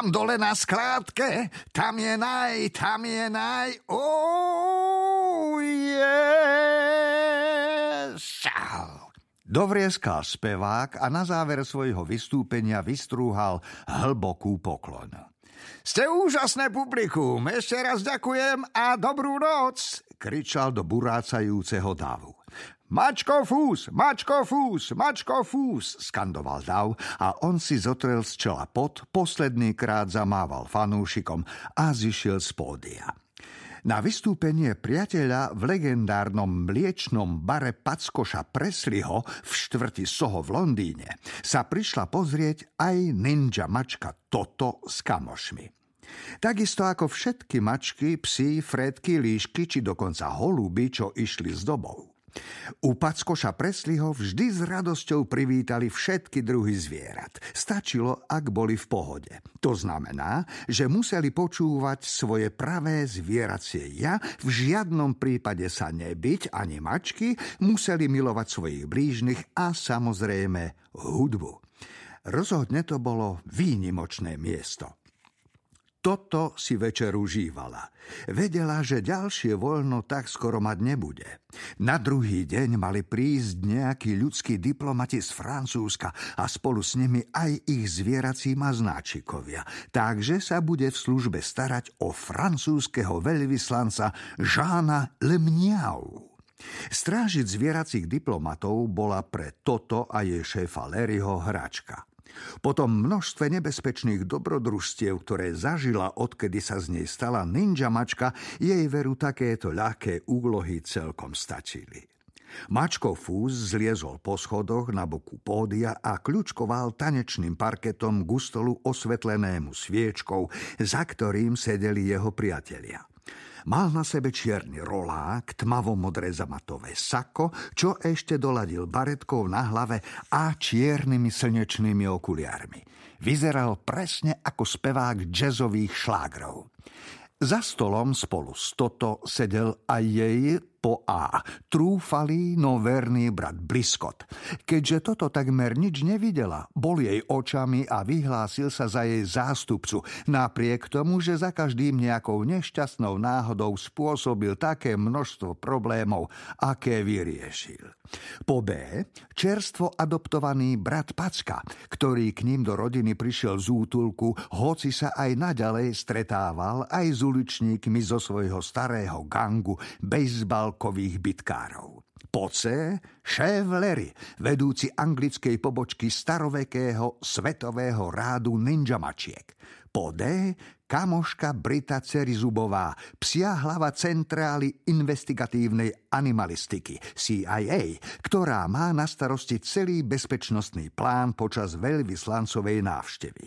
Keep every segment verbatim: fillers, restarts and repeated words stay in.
Tam dole na skládke, tam je naj, tam je naj, oh, yes. Dovrieskal spevák a na záver svojho vystúpenia vystrúhal hlbokú poklon. Ste úžasné publikum, ešte raz ďakujem a dobrú noc, kričal do burácajúceho davu. Mačko fús, mačko fús, mačko fús, skandoval dav a on si zotrel z čela pot, posledný krát zamával fanúšikom a zišiel z pódia. Na vystúpenie priateľa v legendárnom mliečnom bare Packoša Presleyho v štvrti Soho v Londýne sa prišla pozrieť aj ninja mačka Toto s kamošmi. Takisto ako všetky mačky, psi, frétky, líšky či dokonca holuby, čo išli s dobou. U Packoša Presleyho vždy s radosťou privítali všetky druhy zvierat. Stačilo, ak boli v pohode. To znamená, že museli počúvať svoje pravé zvieracie ja, v žiadnom prípade sa nebyť ani mačky, museli milovať svojich blížnych a samozrejme hudbu. Rozhodne to bolo výnimočné miesto. Toto si večer užívala. Vedela, že ďalšie voľno tak skoro mať nebude. Na druhý deň mali prísť nejakí ľudskí diplomati z Francúzska a spolu s nimi aj ich zvierací maznáčikovia. Takže sa bude v službe starať o francúzskeho veľvyslanca Žána Lemniau. Strážiť zvieracích diplomatov bola pre Toto a jej šéfa Larryho hračka. Po tom množstve nebezpečných dobrodružstiev, ktoré zažila, odkedy sa z nej stala ninja mačka, jej veru takéto ľahké úlohy celkom stačili. Mačko Fús zliezol po schodoch na boku pódia a kľučkoval tanečným parketom k stolu osvetlenému sviečkou, za ktorým sedeli jeho priatelia. Mal na sebe čierny rolák, tmavo-modré zamatové sako, čo ešte doladil baretkou na hlave a čiernymi slnečnými okuliármi. Vyzeral presne ako spevák jazzových šlágrov. Za stolom spolu s Toto sedel aj jej po A, trúfalý, no verný brat Bliskot. Keďže Toto takmer nič nevidela, bol jej očami a vyhlásil sa za jej zástupcu, napriek tomu, že za každým nejakou nešťastnou náhodou spôsobil také množstvo problémov, aké vyriešil. Po B, čerstvo adoptovaný brat Packa, ktorý k ním do rodiny prišiel z útulku, hoci sa aj naďalej stretával aj s uličníkmi zo svojho starého gangu bejzbalkových bitkárov. Po C, šéf Larry, vedúci anglickej pobočky starovekého svetového rádu ninja mačiek. Po D, kamoška Brita Cerizubová, psia hlava centrály investigatívnej animalistiky C I A, ktorá má na starosti celý bezpečnostný plán počas veľvyslancovej návštevy.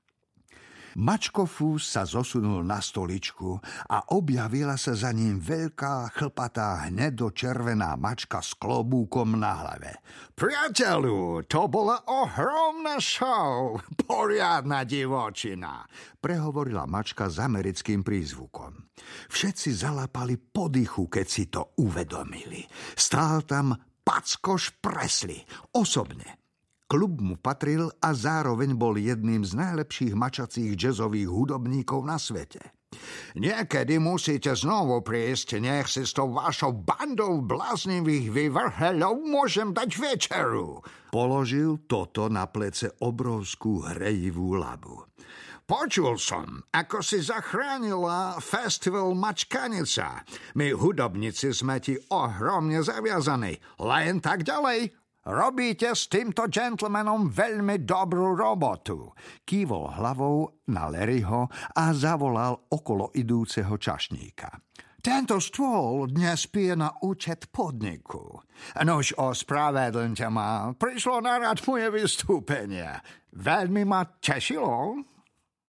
Mačko Fús sa zosunul na stoličku a objavila sa za ním veľká, chlpatá, hnedo-červená mačka s klobúkom na hlave. Priateľu, to bola ohromná show, poriadna divočina, prehovorila mačka s americkým prízvukom. Všetci zalapali po dychu, keď si to uvedomili. Stál tam Packoš Presley, osobne. Klub mu patril a zároveň bol jedným z najlepších mačacích jazzových hudobníkov na svete. Niekedy musíte znovu prísť, nech si s tou vašou bandou bláznivých vyvrheľov môžem dať večeru. Položil Toto na plece obrovskú hrejivú labu. Počul som, ako si zachránila festival Mačkanica. My hudobníci sme ti ohromne zaviazaní. Len tak ďalej. Robíte s týmto gentlemanom veľmi dobrú robotu. Kývol hlavou na Larryho a zavolal okolo idúceho čašníka. Tento stôl dnes pije na účet podniku. Nož ospravedlňte ma, prišlo na rad moje vystúpenie. Veľmi ma tešilo.